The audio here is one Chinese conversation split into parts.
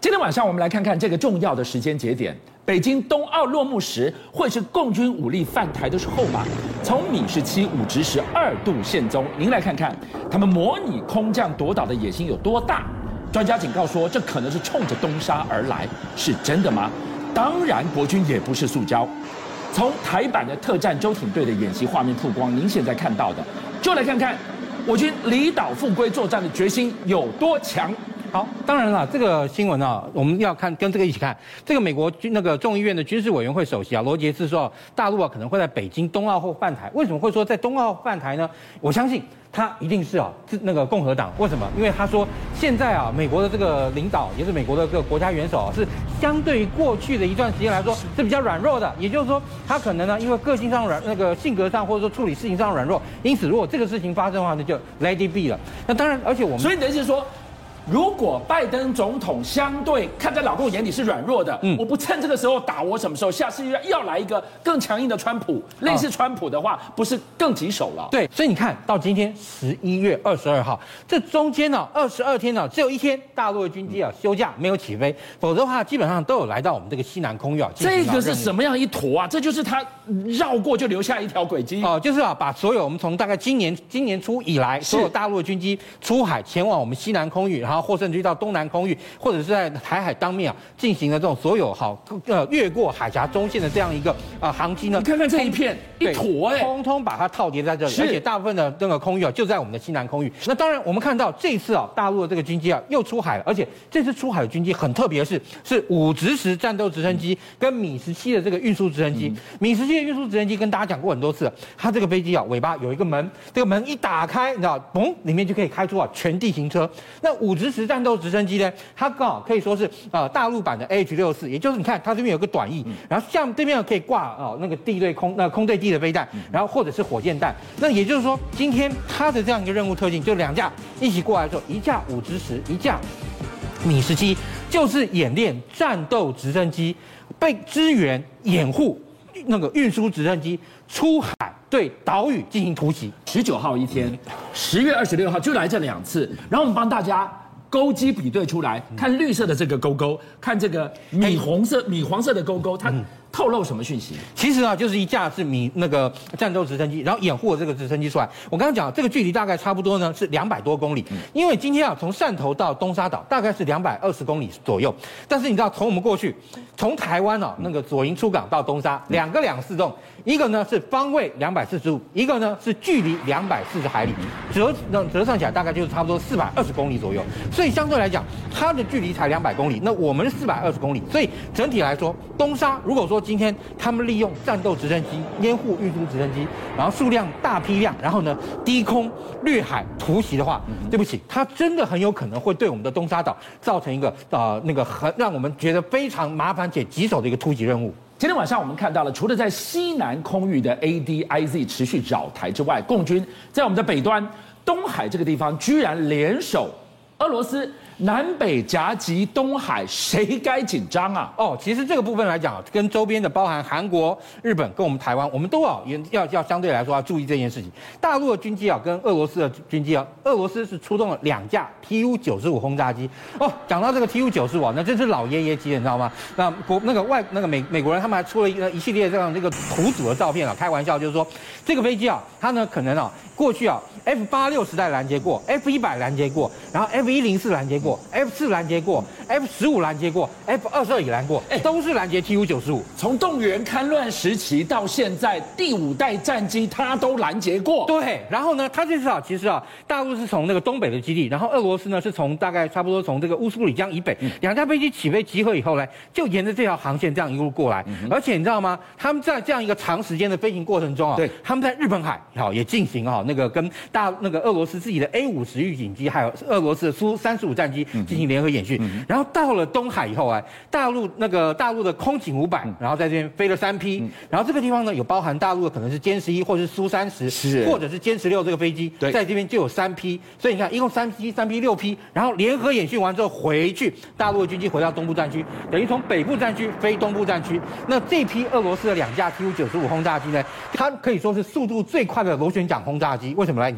今天晚上我们来看看这个重要的时间节点，北京冬奥落幕时会是共军武力犯台的时候吗？从米17、5直时2度现踪，您来看看他们模拟空降夺岛的野心有多大？专家警告说，这可能是冲着东沙而来，是真的吗？当然，国军也不是塑胶。从台版的特战舟艇队的演习画面曝光，您现在看到的，就来看看我军离岛复归作战的决心有多强。 好，当然了，这个新闻啊，我们要看跟这个一起看。这个美国众议院的军事委员会首席啊罗杰斯说，大陆啊可能会在北京冬奥后犯台。为什么会说在冬奥犯台呢？我相信他一定是共和党。为什么？因为他说现在啊美国的这个领导，也是美国的这个国家元首是相对于过去的一段时间来说是比较软弱的。也就是说，他可能呢因为个性上性格上或者说处理事情上软弱，因此如果这个事情发生的话，那就 let it be 了。那当然，而且我们所以你的意思是说，如果拜登总统相对看在老共眼里是软弱的，我不趁这个时候打，我什么时候下次要来一个更强硬的川普，类似川普的话，不是更棘手了？ 对，所以你看到今天11月22号，这中间呢22天呢，只有1天大陆的军机啊休假没有起飞，否则的话基本上都有来到我们这个西南空域啊。 这个是什么样一坨啊？这就是他绕过就留下一条轨迹就是把所有我们从大概今年初以来所有大陆的军机出海前往我们西南空域，然后或甚至到东南空域，或者是在台海当面进行了这种所有越过海峡中线的这样一个航机呢？ 你看看这一片一坨通通把它套叠在这里，而且大部分的那个空域就在我们的西南空域。那当然，我们看到这次大陆的这个军机又出海了，而且这次出海的军机很特别，是5直时战斗直升机跟米17的这个运输直升机。米17的运输直升机跟大家讲过很多次了，它这个飞机尾巴有一个门，这个门一打开，你知道，嘣，里面就可以开出全地形车。那5直时战斗直升机呢，它刚好可以说是大陆版的 AH-64，也就是你看它这边有个短翼，然后像这边可以挂那个地对空空对地的飞弹，然后或者是火箭弹。那也就是说，今天它的这样一个任务特性，就2架一起过来的时候，一架5直时，一架米17，就是演练战斗直升机被支援掩护那个运输直升机出海对岛屿进行突袭。 19号一天，10月26号就来这2次，然后我们帮大家勾机比对出来，看绿色的这个勾勾，看这个米黄色的勾勾，它透露什么讯息？ 其实就是一架是那个战斗直升机，然后掩护了这个直升机出来。我刚刚讲这个距离大概差不多呢是200多公里，因为今天从汕头到东沙岛大概是220公里左右。但是你知道，从我们过去从台湾那个左营出港到东沙，2个两4栋，一个呢是方位245，一个呢是距离240海里，折算起来大概就是差不多420公里左右。所以相对来讲，它的距离才200公里，那我们是420公里。所以整体来说，东沙如果说今天他们利用战斗直升机掩护运输直升机，然后数量大批量，然后呢低空掠海突袭的话，对不起，它真的很有可能会对我们的东沙岛造成一个让我们觉得非常麻烦且棘手的一个突击任务。 今天晚上我们看到了，除了在西南空域的 ADIZ 持续扰台之外，共军在我们的北端东海这个地方居然联手俄罗斯，南北夹击东海，谁该紧张啊？ 其实这个部分来讲，跟周边的包含韩国、日本跟我们台湾，我们都要相对来说要注意这件事情。大陆的军机跟俄罗斯的军机俄罗斯是出动了2架 Tu-95轰炸机。讲到这个 Tu-95，那真是老爷爷级的，你知道吗？美国人他们还出了一系列这个图组的照片开玩笑就是说，这个飞机它呢可能过去F-86时代拦截过 ，F-100拦截过，然后 F-104拦截过。F4拦截过 ，F15拦截过 ，F22也拦过，都是拦截 Tu-95。 从动员戡乱时期到现在，第5代战机它都拦截过。 对，然后呢，它这次其实大陆是从那个东北的基地，然后俄罗斯呢是从大概差不多从这个乌苏里江以北，2架飞机起飞集合以后呢，就沿着这条航线这样一路过来。而且你知道吗？他们在这样一个长时间的飞行过程中他们在日本海也进行那个跟俄罗斯自己的 A50预警机，还有俄罗斯的苏-35战机进行联合演训。然后到了东海以后大陆的空警500，然后在这边飞了3批，然后这个地方呢有包含大陆的可能是歼11或是苏30，或者是歼16这个飞机，在这边就有3批。所以你看，一共3批6批，然后联合演训完之后回去，大陆的军机回到东部战区，等于从北部战区飞东部战区。那这批俄罗斯的2架 Tu-95轰炸机呢，它可以说是速度最快的螺旋桨轰炸机。为什么呢？你看。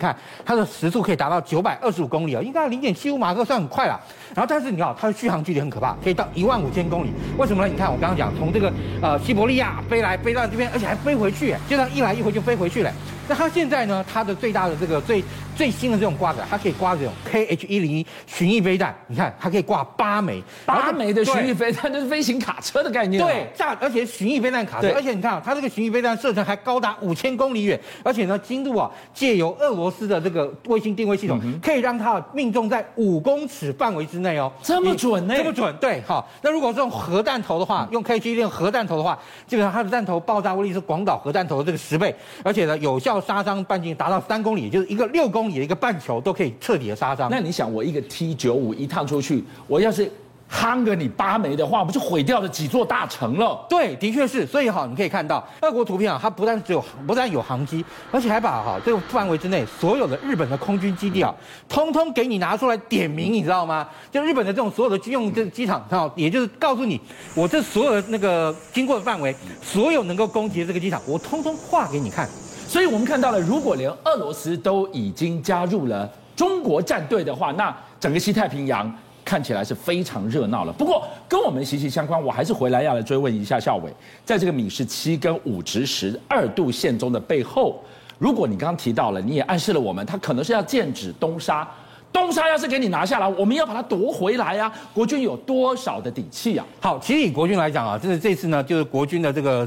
看它的时速可以达到925公里哦，应该0.75马赫算很快啦。然后但是你看它的续航距离很可怕，可以到15000公里。为什么呢？你看我刚刚讲从这个西伯利亚飞到这边，而且还飞回去，就这样一来一回就飞回去了。那它现在呢，它的最大的这个最新的这种挂载，它可以挂这种 KH-101巡弋飞弹，你看它可以挂8枚 ，8枚的巡弋飞弹，这是飞行卡车的概念。 对，而且巡弋飞弹卡车，而且你看它这个巡弋飞弹射程还高达5000公里远，而且呢，精度借由俄罗斯的这个卫星定位系统，可以让它命中在5公尺范围之内哦， 这么准呢？ 这么准，对，好。那如果是用核弹头的话，用 KH-101核弹头的话，基本上它的弹头爆炸威力是广岛核弹头的这个10倍，而且呢，有效杀伤半径达到3公里，也就是一个6公里的一个半球都可以彻底的杀伤。 那你想，我一个 T95一趟出去，我要是夯个你8枚的话，不就毁掉了几座大城了？ 对，的确是。所以你可以看到，俄国图片它不但有航机，而且还把这个范围之内所有的日本的空军基地通通给你拿出来点名，你知道吗？就日本的这种所有的军用这机场也就是告诉你，我这所有的那个经过的范围，所有能够攻击的这个机场，我通通画给你看。 所以我们看到了，如果连俄罗斯都已经加入了中国战队的话，那整个西太平洋看起来是非常热闹了。不过跟我们息息相关，我还是回来要来追问一下孝瑋，在这个米氏7跟5直102度线中的背后，如果你刚刚提到了，你也暗示了我们，它可能是要剑指东沙。东沙要是给你拿下来，我们要把它夺回来啊！国军有多少的底气啊？ 好，其实以国军来讲这次呢，就是国军的这个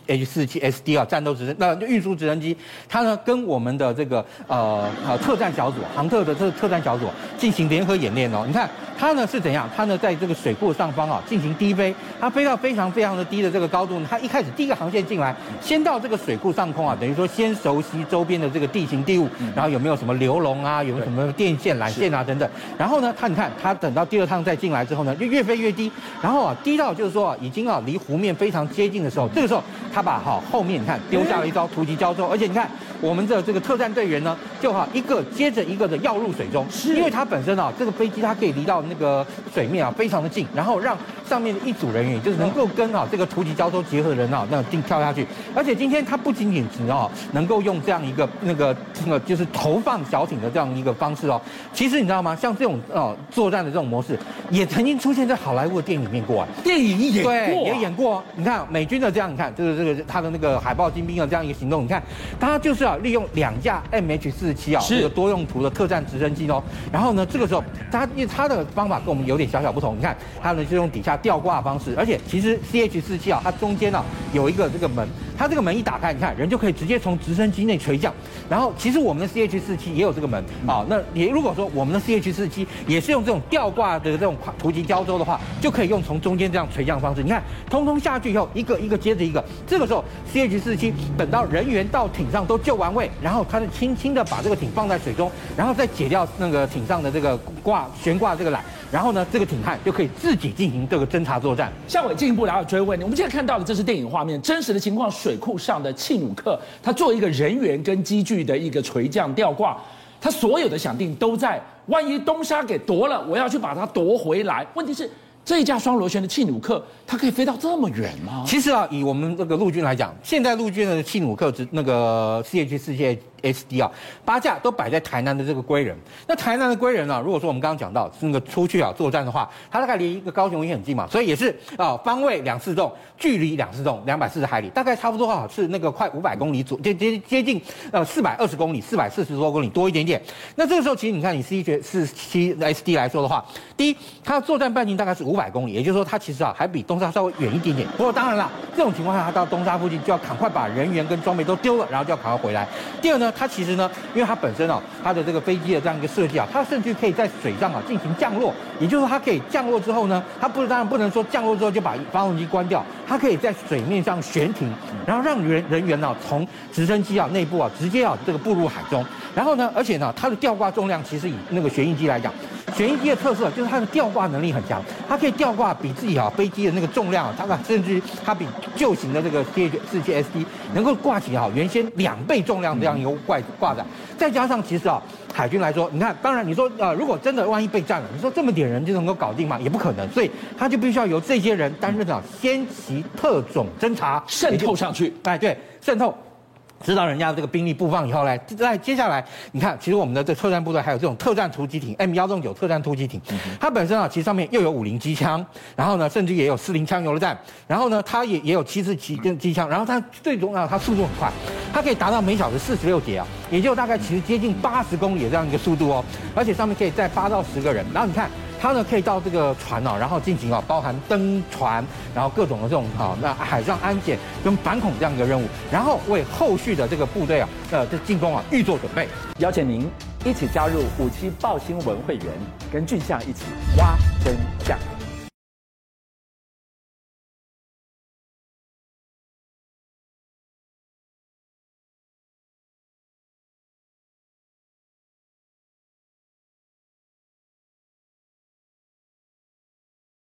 H-47SD 战斗直升运输直升机，它呢跟我们的这个特战小组航特的这个特战小组进行联合演练哦。你看它呢是怎样？它呢在这个水库上方进行低飞，它飞到非常非常的低的这个高度呢，它一开始第一个航线进来，先到这个水库上空等于说先熟悉周边的这个地形地物，然后有没有什么流笼有没有什么电线缆线等等，然后呢，你看它等到第2趟再进来之后呢，就越飞越低，然后低到就是说已经离湖面非常接近的时候，这个时候它把后面你看丢下了一招突击交舟，而且你看我们的这个特战队员呢，就一个接着一个的要入水中，因为它本身这个飞机它可以离到那个水面非常的近，然后让上面的一组人员就是能够跟这个突击交舟结合的人那跳下去，而且今天它不仅仅只能够用这样一个那个就是投放小艇的这样一个方式其实你知道吗？像这种作战的这种模式，也曾经出现在好莱坞的电影里面过电影演过， 对，也演过。你看美军的这样，你看这个他的那个海豹精兵的这样一个行动，你看他就是利用2架 MH-47这个多用途的特战直升机然后呢，这个时候他的方法跟我们有点小不同。你看他呢就用底下吊挂的方式，而且其实 CH-47它中间有一个这个门，它这个门一打开，你看人就可以直接从直升机内垂降。然后其实我们的 CH-47也有这个门那如果说我们的 CH-47也是用这种吊挂的这种突击交舟的话，就可以用从中间这样垂降方式。你看，通通下去以后，一个一个接着一个。这个时候 CH-47等到人员到艇上都就完位，然后他就轻轻的把这个艇放在水中，然后再解掉那个艇上的这个悬挂这个缆，然后呢，这个艇汉就可以自己进行这个侦察作战。 孝瑋进一步来追问你，我们现在看到的这是电影画面，真实的情况，水库上的契努克，他做一个人员跟机具的一个垂降吊挂。他所有的想定都在，万一东沙给夺了，我要去把它夺回来。问题是，这一架双螺旋的契努克，它可以飞到这么远吗？ 其实以我们这个陆军来讲，现在陆军的契努克那个 CH-47SD 8架都摆在台南的这个归仁。那台南的归仁如果说我们刚刚讲到那个出去作战的话，它大概离一个高雄也很近嘛，所以也是方位2次洞，距离2次洞240海里，大概差不多是那个快500公里左右，接近420公里，440多公里多一点点。那这个时候其实你看以 CH-47SD 来说的话，第一，它的作战半径大概是500公里，也就是说它其实还比东沙稍微远一点点。不过当然啦，这种情况下它到东沙附近就要赶快把人员跟装备都丢了，然后就要赶快回来。第二呢，它其实呢，因为它本身它的这个飞机的这样一个设计它甚至可以在水上进行降落，也就是说它可以降落之后呢，它当然不能说降落之后就把发动机关掉，它可以在水面上悬停，然后让人员从直升机内部直接这个步入海中。然后呢，而且呢，它的吊挂重量其实以那个旋翼机来讲，旋翼机的特色就是它的吊挂能力很强，它可以吊挂比自己飞机的那个重量大概甚至它比旧型的这个 CH-47SD 能够挂起原先2倍重量这样一个挂载。再加上其实海军来说，你看，当然你说如果真的万一被占了，你说这么点人就能够搞定吗？也不可能，所以他就必须要由这些人担任先期特种侦察， 渗透上去。 对，渗透。 知道人家这个兵力布放以后呢，在接下来你看，其实我们的这特战部队还有这种特战突击艇 M109特战突击艇，它本身啊其实上面又有50机枪，然后呢甚至也有40枪油的弹，然后呢它也有74机枪，然后它最重要它速度很快，它可以达到每小时46节啊，也就大概其实接近80公里的这样一个速度哦，而且上面可以载8到10个人，然后你看。它呢可以到这个船然后进行包含登船，然后各种的这种那海上安检跟反恐这样一个任务，然后为后续的这个部队这进攻预做准备。 邀请您一起加入57爆新闻会员，跟俊相一起挖真相。